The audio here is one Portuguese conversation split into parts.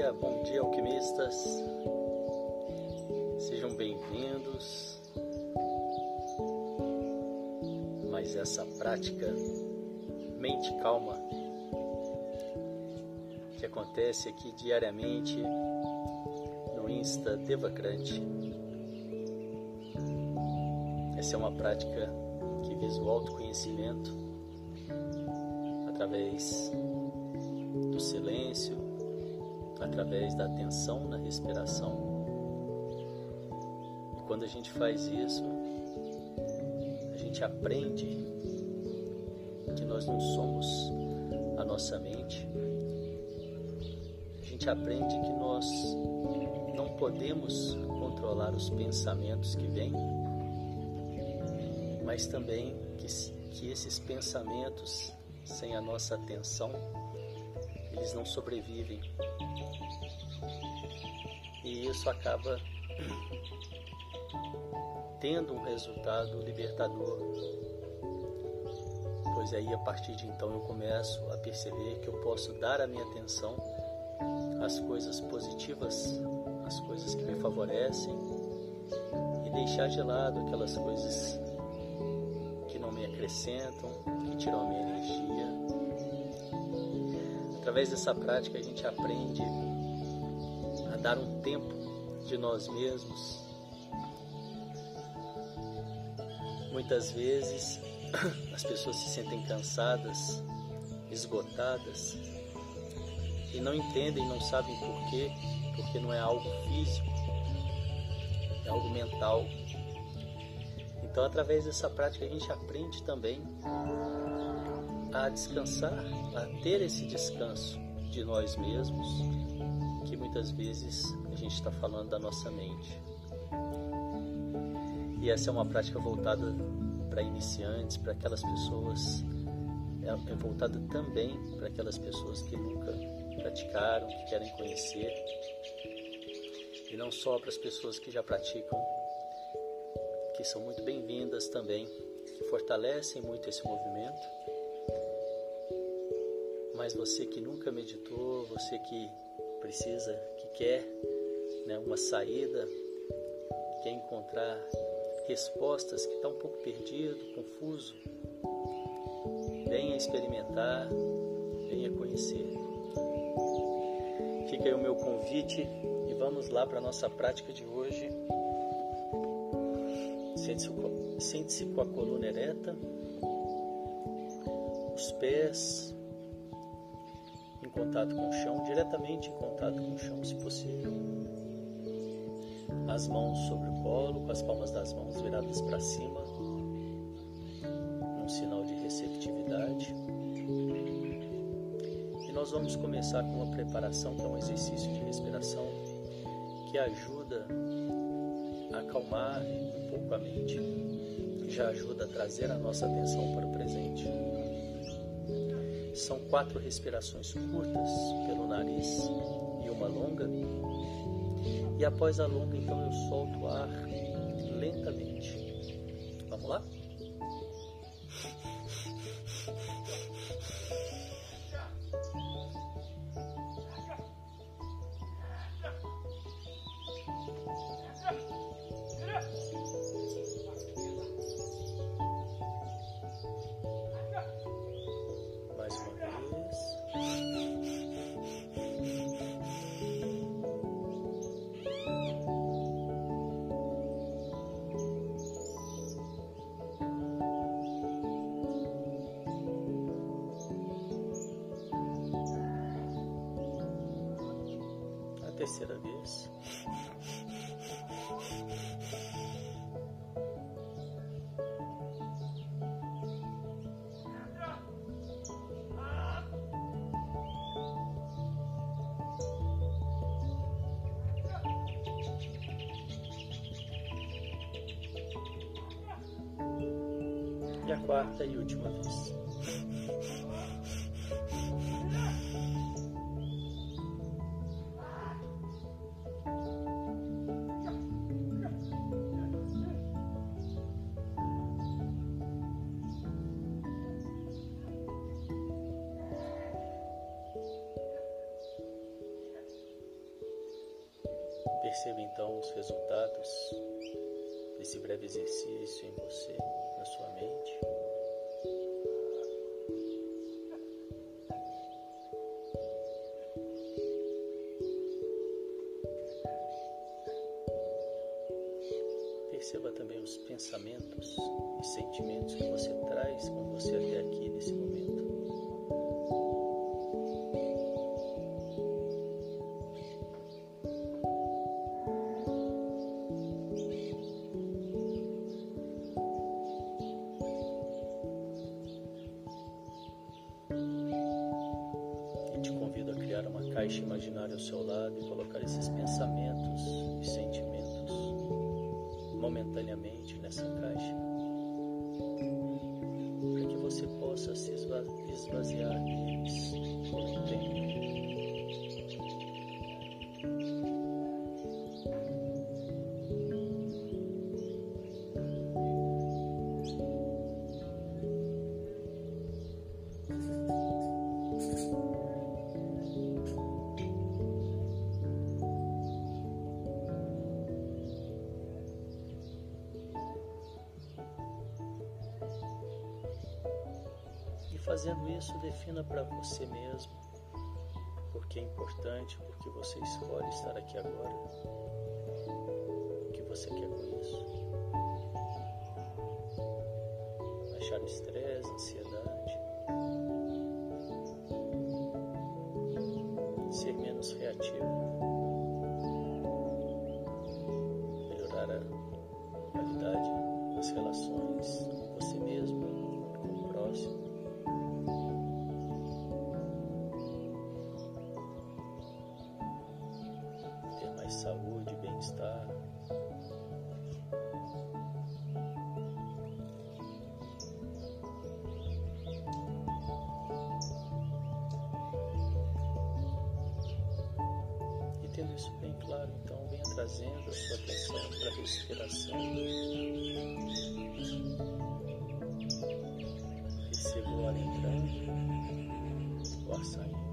bom dia, alquimistas. Sejam bem-vindos. Mas essa prática mente calma que acontece aqui diariamente no Insta Devacrante. Essa é uma prática que visa o autoconhecimento através do silêncio, através da atenção na respiração. E quando a gente faz isso, a gente aprende que nós não somos a nossa mente. A gente aprende que nós não podemos controlar os pensamentos que vêm, mas também que esses pensamentos, sem a nossa atenção, eles não sobrevivem. E isso acaba tendo um resultado libertador, pois aí a partir de então eu começo a perceber que eu posso dar a minha atenção às coisas positivas, às coisas que me favorecem, e deixar de lado aquelas coisas que não me acrescentam, que tiram a minha energia. Através dessa prática a gente aprende a dar um tempo de nós mesmos. Muitas vezes as pessoas se sentem cansadas, esgotadas e não entendem, não sabem por quê, porque não é algo físico, é algo mental. Então, através dessa prática a gente aprende também a descansar, a ter esse descanso de nós mesmos, que muitas vezes a gente está falando da nossa mente. E essa é uma prática voltada para iniciantes, para aquelas pessoas, é voltada também para aquelas pessoas que nunca praticaram, que querem conhecer, e não só para as pessoas que já praticam, que são muito bem-vindas também, que fortalecem muito esse movimento. Mas você que nunca meditou, você que precisa, que quer, uma saída, que quer encontrar respostas, que está um pouco perdido, confuso, venha experimentar, venha conhecer. Fica aí o meu convite e vamos lá para a nossa prática de hoje. Sente-se com a coluna ereta, os pés em contato com o chão, diretamente em contato com o chão, se possível. As mãos sobre o colo, com as palmas das mãos viradas para cima, um sinal de receptividade. E nós vamos começar com uma preparação, que é um exercício de respiração que ajuda a acalmar um pouco a mente, já ajuda a trazer a nossa atenção para o presente. São 4 respirações curtas pelo nariz e uma longa. E após a longa, então, eu solto o ar lentamente. Vamos lá? Mais uma vez. A terceira vez. E a quarta e última vez. Perceba então os resultados desse breve exercício em você, na sua mente. Perceba também os pensamentos e sentimentos que você traz com você até aqui nesse momento. Uma caixa imaginária ao seu lado e colocar esses pensamentos e sentimentos momentaneamente nessa caixa, para que você possa se esvaziar deles por um tempo. Fazendo isso, defina para você mesmo porque é importante, porque você escolhe estar aqui agora, o que você quer com isso. Baixar o estresse, a ansiedade, ser menos reativo, melhorar a qualidade das relações com você mesmo, com o próximo. Saúde, bem-estar. E tendo isso bem claro, então venha trazendo a sua atenção para a respiração. Perceba o ar entrando, o ar saindo.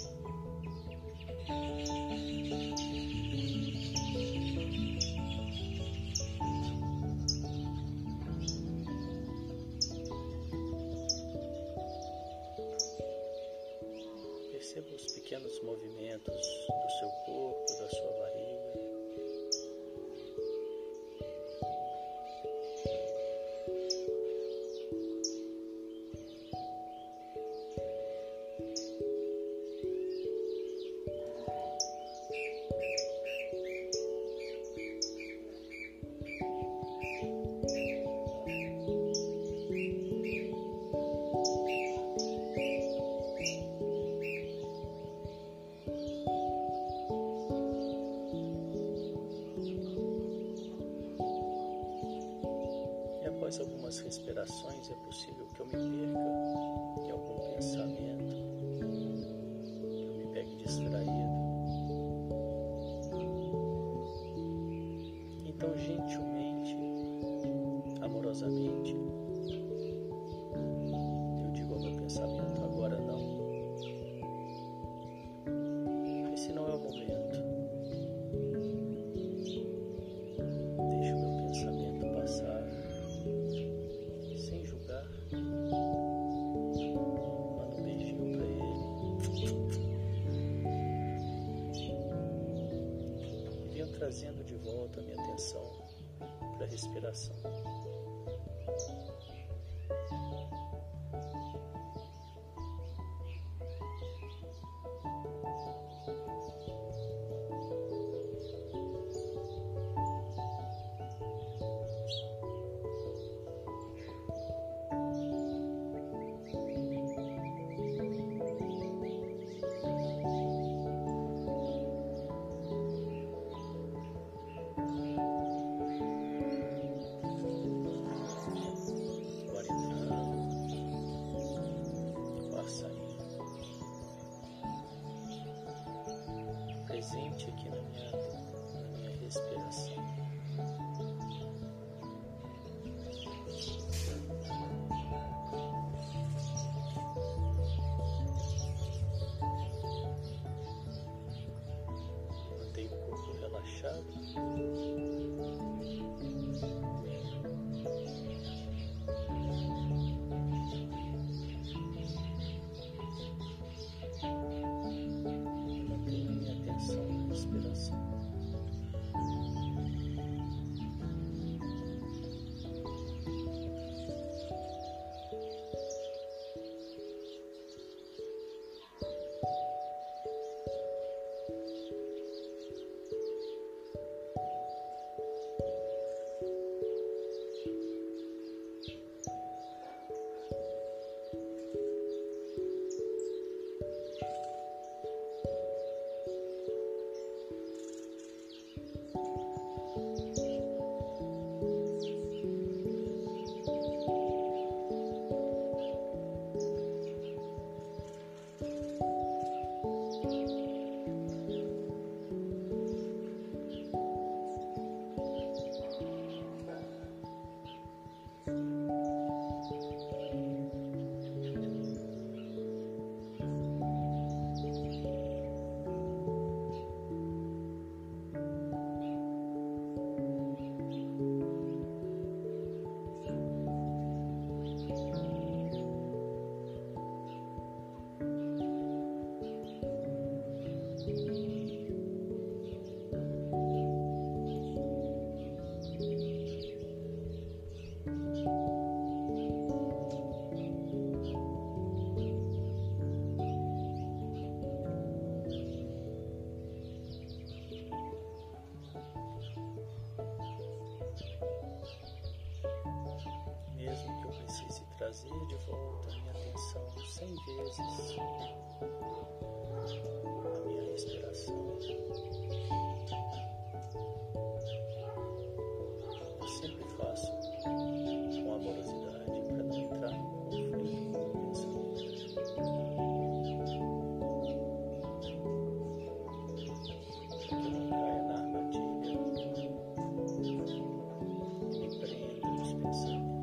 Perceba os pequenos movimentos do seu corpo, da sua barriga. Após algumas respirações, é possível que eu me perca em algum pensamento, que eu me pegue distraído. Então, gentilmente, amorosamente, eu digo ao meu pensamento: agora não. Esse não é o momento. Deixa o meu pensamento passar. Sem julgar, manda um beijinho pra ele e venho trazendo de volta a minha atenção para a respiração. Presente aqui na minha respiração. Mantenha o corpo relaxado. Trazer de volta a minha atenção 100 vezes à minha respiração. Eu sempre faço com amorosidade para não entrar em conflito com o pensamento. Para que eu não caia na armadilha e me prenda nos pensamentos.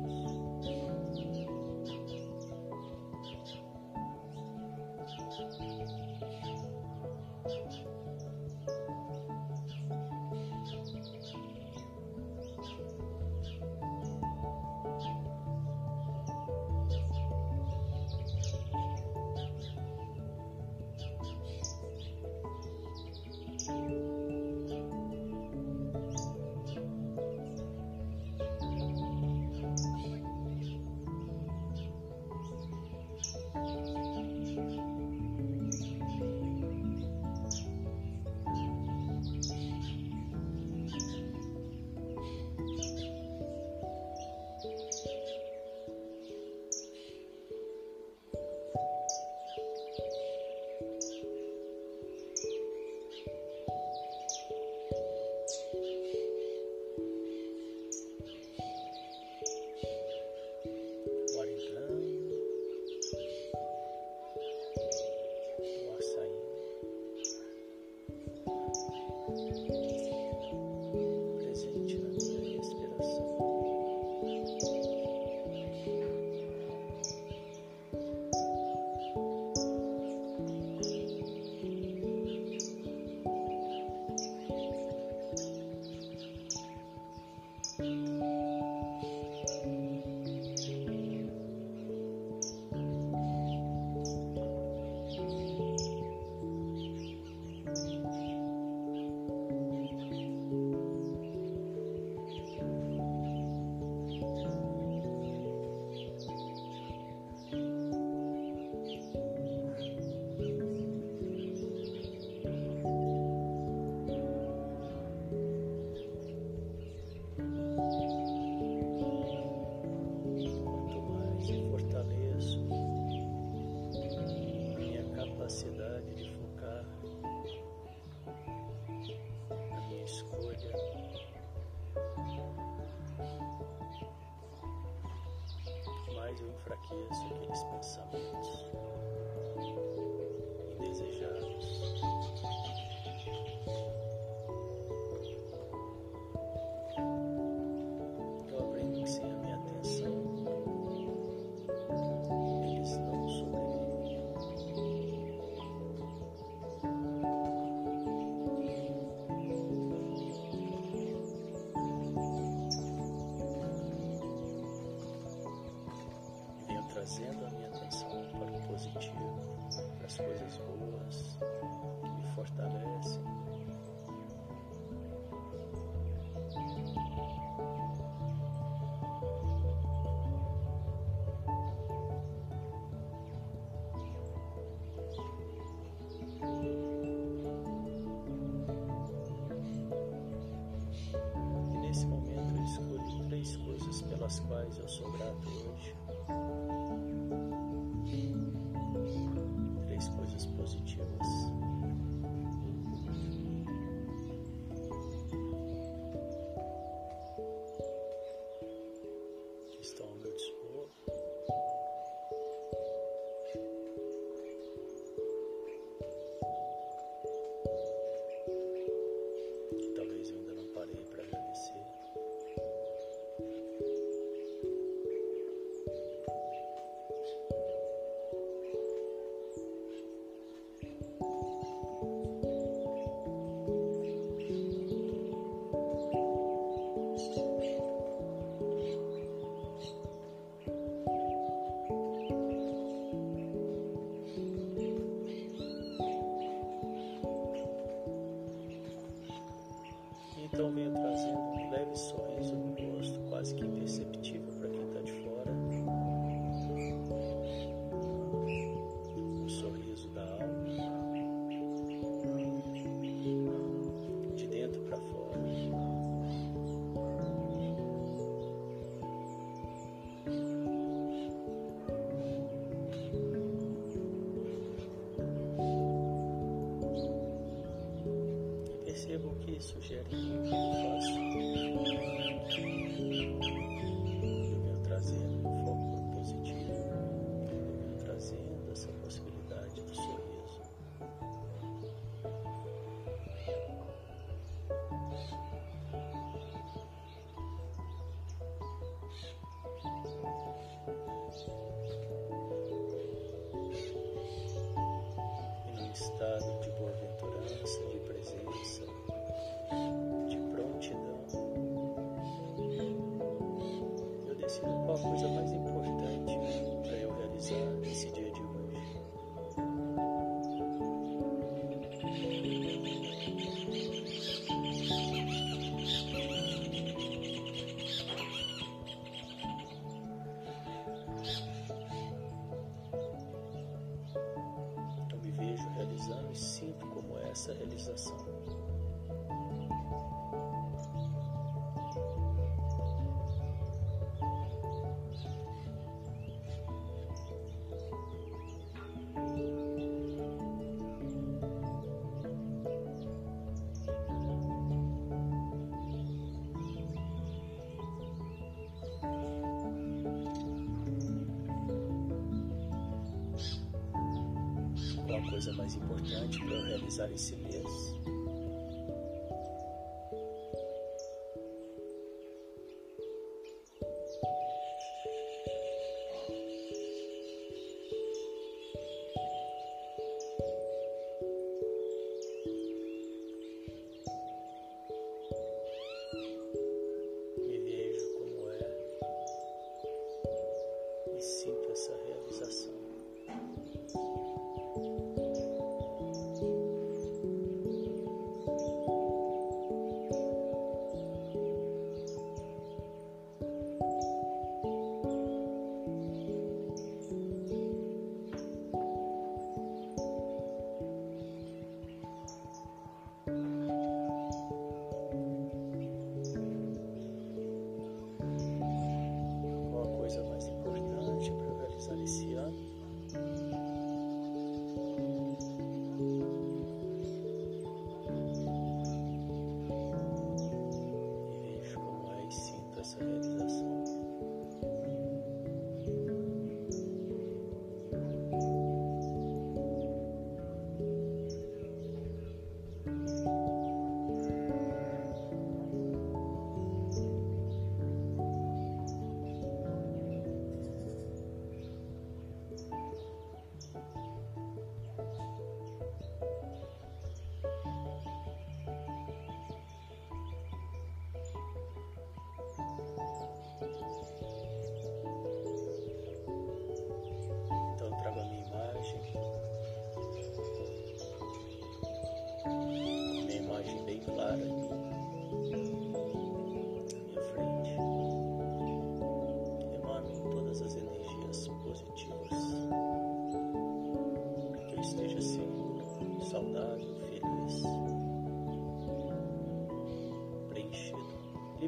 Capacidade de focar na minha escolha, mais eu enfraqueço aqueles pensamentos indesejados. Eu aprendo que sem a minha atenção eles não sobrevivem. trazendo a minha atenção para o positivo, para as coisas boas que me fortalecem. E nesse momento eu escolho 3 coisas pelas quais eu sou grato hoje. 3 coisas positivas. Que estão ao meu dispor. Que talvez eu ainda não parei para agradecer. Então venho trazendo um leve sorriso no rosto, quase que imperceptível para quem está de fora. Um sorriso da alma, de dentro para fora. Perceba o que isso gera em mim, o que eu faço. Eu venho trazendo um foco positivo. Eu venho trazendo essa possibilidade do sorriso. E num estado de boa-aventurança, de presença, de prontidão, eu decido qual a coisa mais importante para eu realizar nesse dia de hoje. Eu me vejo realizando e sinto como é essa realização. Qual a coisa mais importante para eu realizar esse mês? Me vejo como é e sinto essa realização.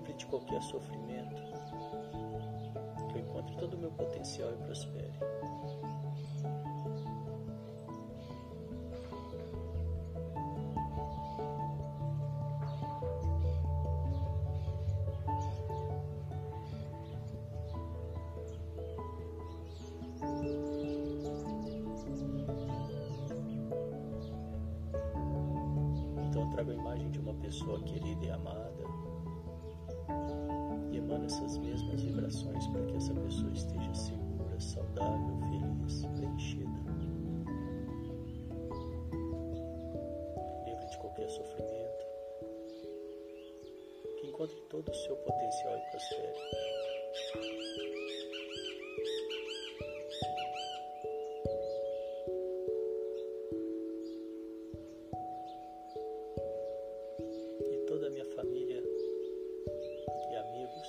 livre de qualquer sofrimento, que eu encontre todo o meu potencial e prospere. Então eu trago a imagem de uma pessoa querida e amada e emano essas mesmas vibrações para que essa pessoa esteja segura, saudável, feliz, preenchida, livre de qualquer sofrimento, que encontre todo o seu potencial e prospere. Toda a minha família e amigos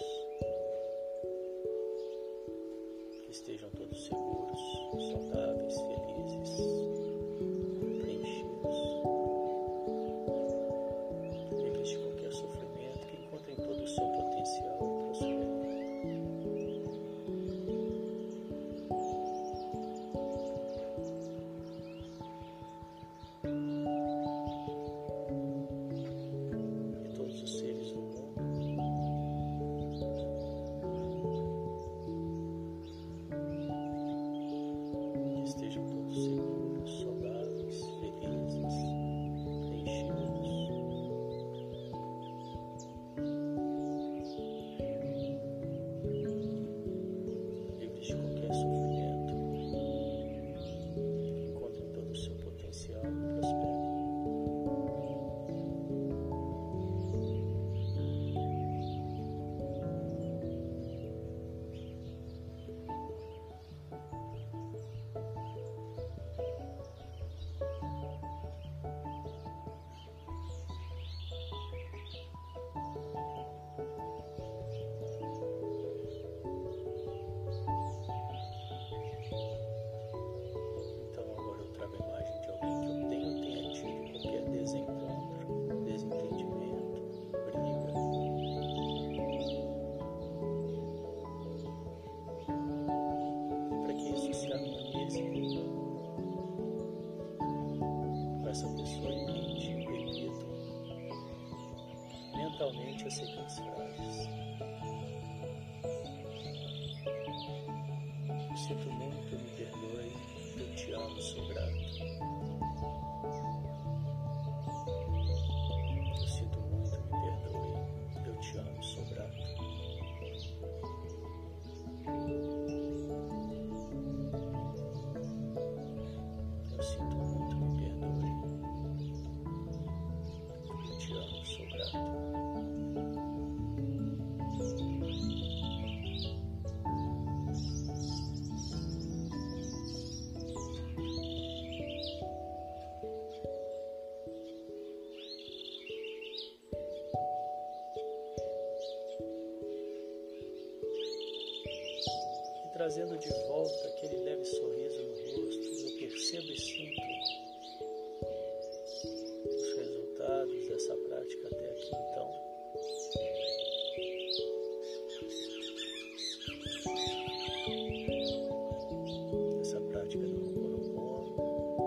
que estejam todos seguros, saudáveis, felizes, preenchidos, livres de qualquer sofrimento, que encontrem todo o seu potencial e prosperem. Estejam todos seguros, saudáveis, felizes, preenchidos. Livres de qualquer sofrimento, que encontrem todo o seu potencial e prosperem. Essa pessoa emite e repita mentalmente as seguintes frases: eu sinto muito, me perdoe, eu te amo, sou grato. Eu sinto muito, me perdoe, eu te amo, sou grato. Eu sinto muito, me perdoe, eu te amo, sou grato. Trazendo de volta aquele leve sorriso no rosto, eu percebo e sinto os resultados dessa prática até aqui, então. Essa prática do Ho'oponopono,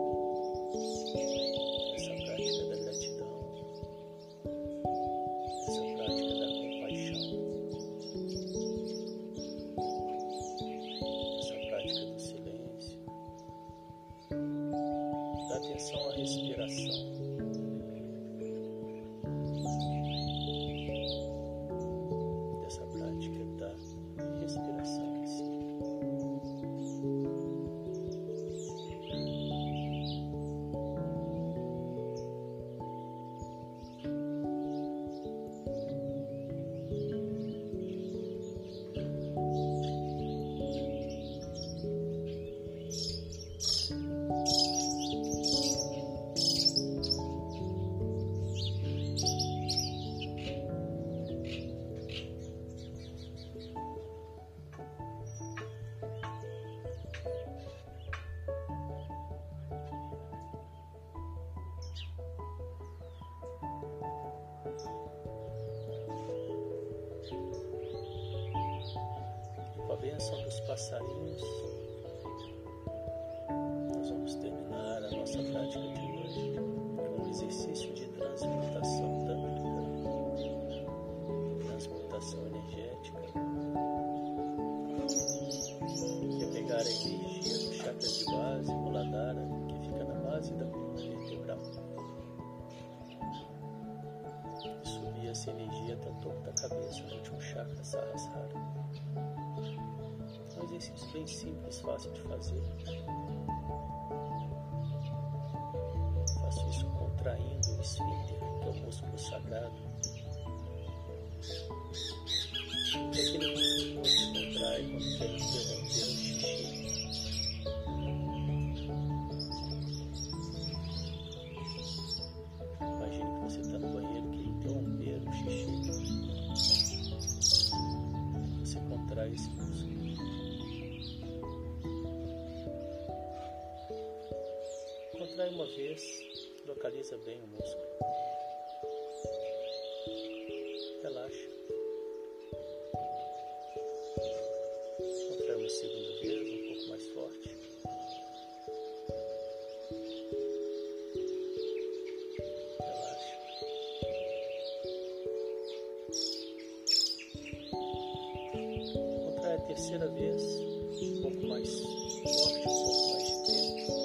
essa prática da gratidão, essa prática da compaixão. Do silêncio, da atenção à respiração, dessa prática da respiração em si. bênção dos passarinhos, nós vamos terminar a nossa prática de hoje com um exercício de transmutação tântrica, transmutação energética, que é pegar a energia do chakra de base, Muladhara, que fica na base da coluna vertebral, e subir essa energia até o topo da cabeça, no último chakra, Sahasrara. É um exercício bem simples, fácil de fazer. Faço isso contraindo o esfíncter, que é o músculo sagrado. É aquele músculo que você contrai quando quer interromper o xixi. Imagine que você está no banheiro e quer interromper o xixi. Você contrai esse músculo. Contrai uma vez, localiza bem o músculo. Relaxa. Contrai uma segunda vez, um pouco mais forte. Relaxa. Contrai a terceira vez, um pouco mais forte, um pouco mais de tempo.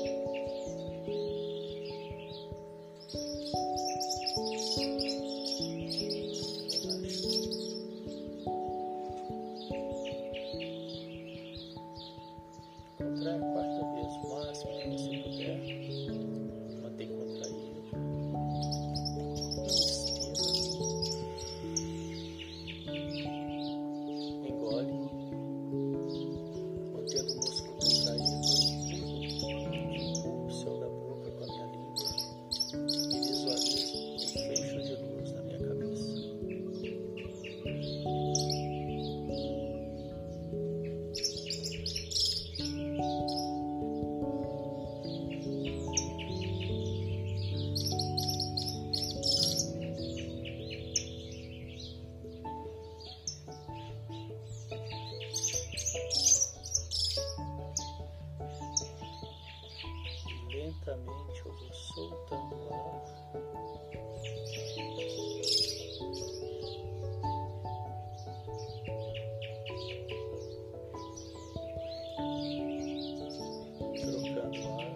Contrai a quarta vez, o máximo que você puder. Mantém contraído. Inspira. Engole. Mantendo o músculo contraído. Empurro o céu da boca com a minha língua. E visualizo um fecho de luz na minha cabeça. Lentamente eu vou soltando o ar. Trocando o ar.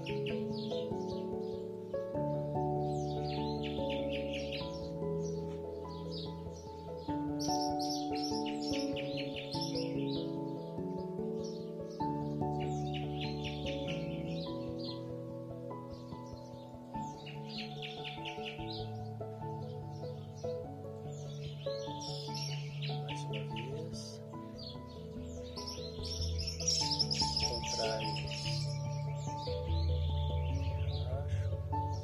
Mais uma vez. Contrai. Relaxo.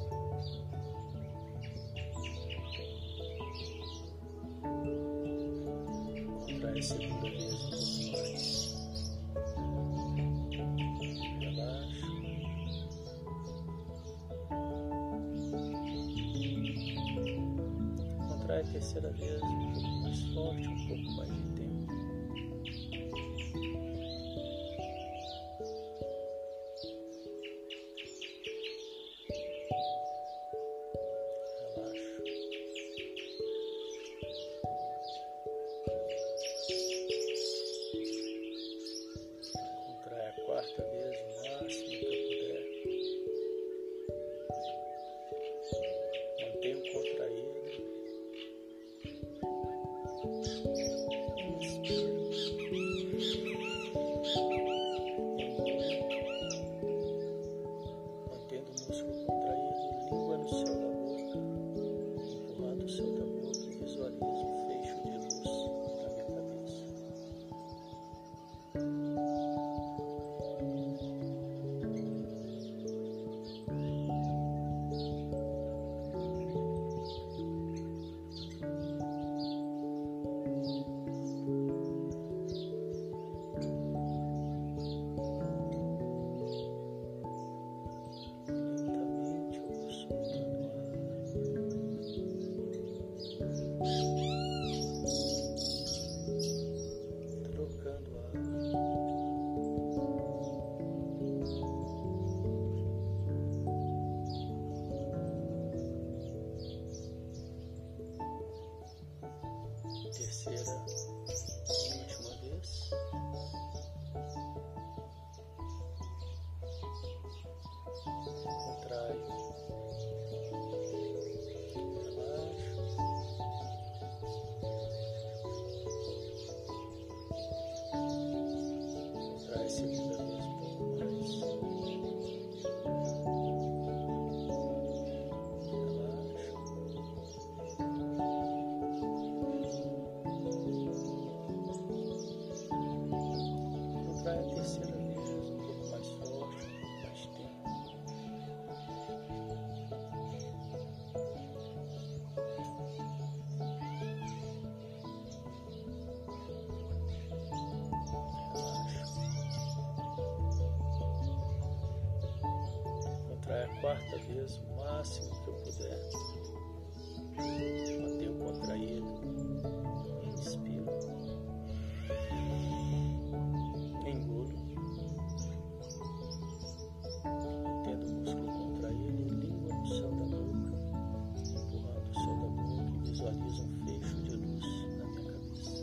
Contrai a segunda vez um pouco mais. Relaxo. Contrai a terceira vez um pouco mais forte, um pouco mais de tempo. Relaxo. Contrai a quarta vez o máximo que eu puder. Mantenho contraído. Inspiro. Mantendo o músculo contraído, língua no céu da boca, empurrando o céu da boca e visualizo um fecho de luz na minha cabeça. Lentamente eu vou soltando o ar. Trocando o ar. quarta vez, o máximo que eu puder. Mantenho contraído. Inspiro. Engulo. Mantendo o músculo contraído, língua no céu da boca, empurrando o céu da boca e visualizo um fecho de luz na minha cabeça.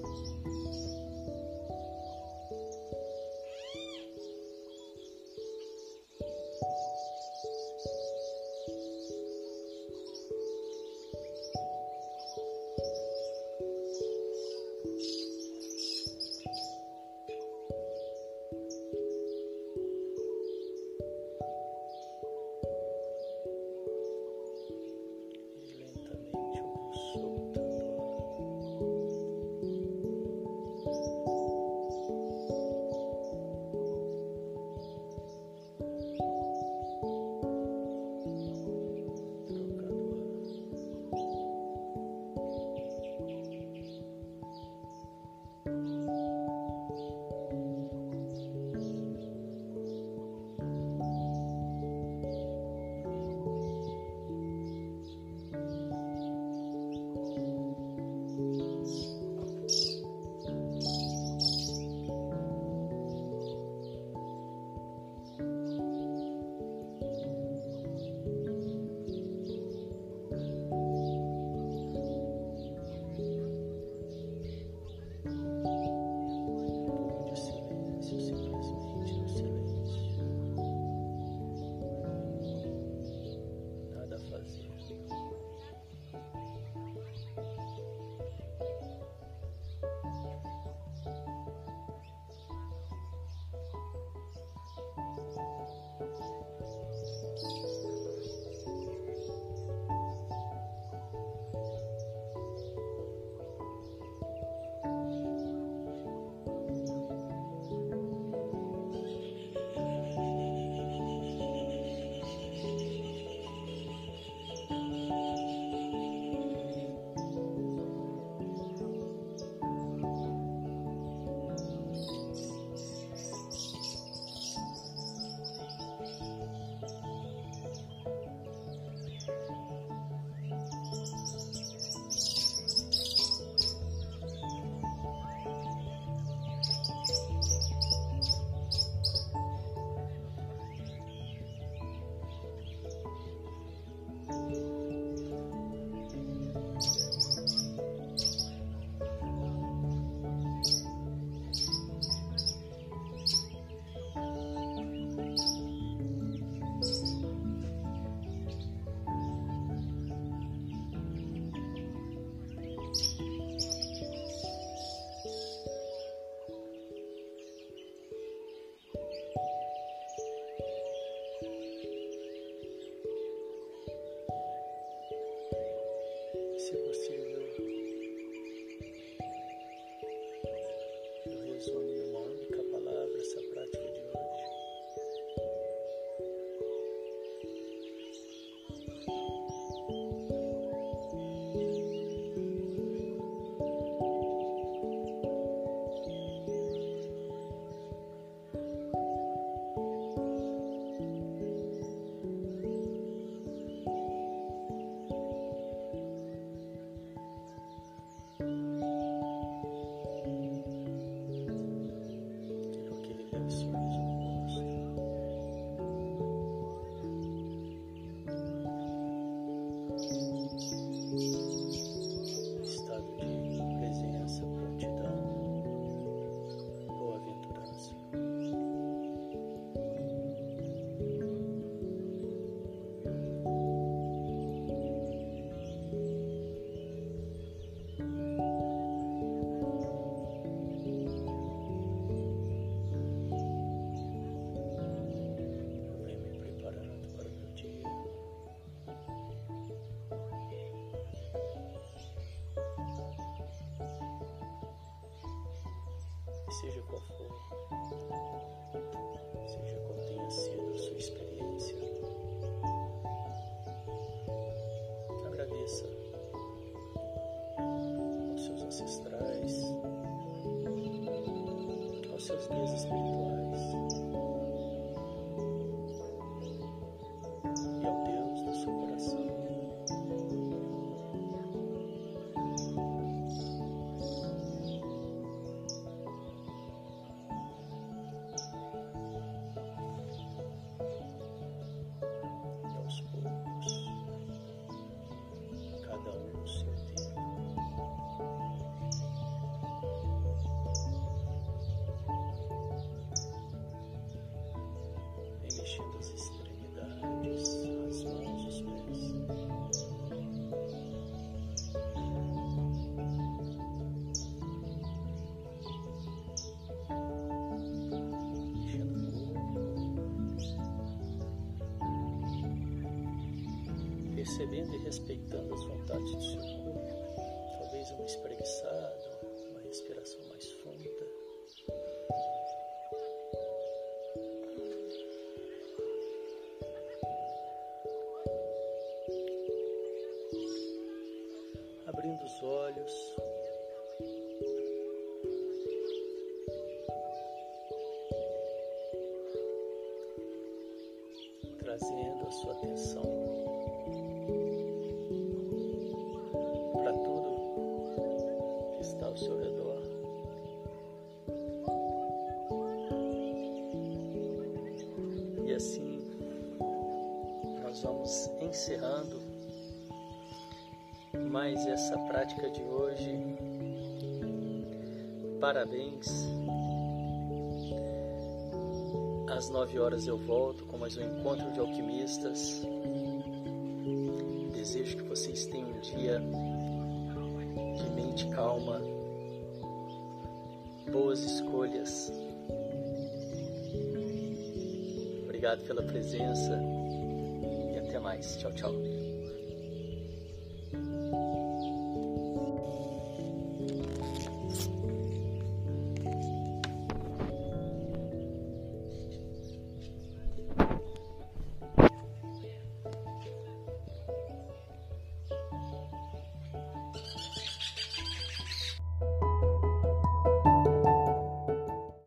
Se possível, eu resumo em uma única palavra essa prática de hoje. Seja qual for, seja qual tenha sido a sua experiência, agradeça aos seus ancestrais, aos seus guias espirituais e ao percebendo e respeitando as vontades do seu corpo. Talvez uma espreguiçada, uma respiração mais funda. Abrindo os olhos. Trazendo a sua atenção para tudo que está ao seu redor. E assim nós vamos encerrando mais essa prática de hoje. Parabéns! Às 9 horas eu volto com mais um encontro de alquimistas. Desejo que vocês tenham um dia de mente calma, boas escolhas. Obrigado pela presença e até mais. Tchau, tchau.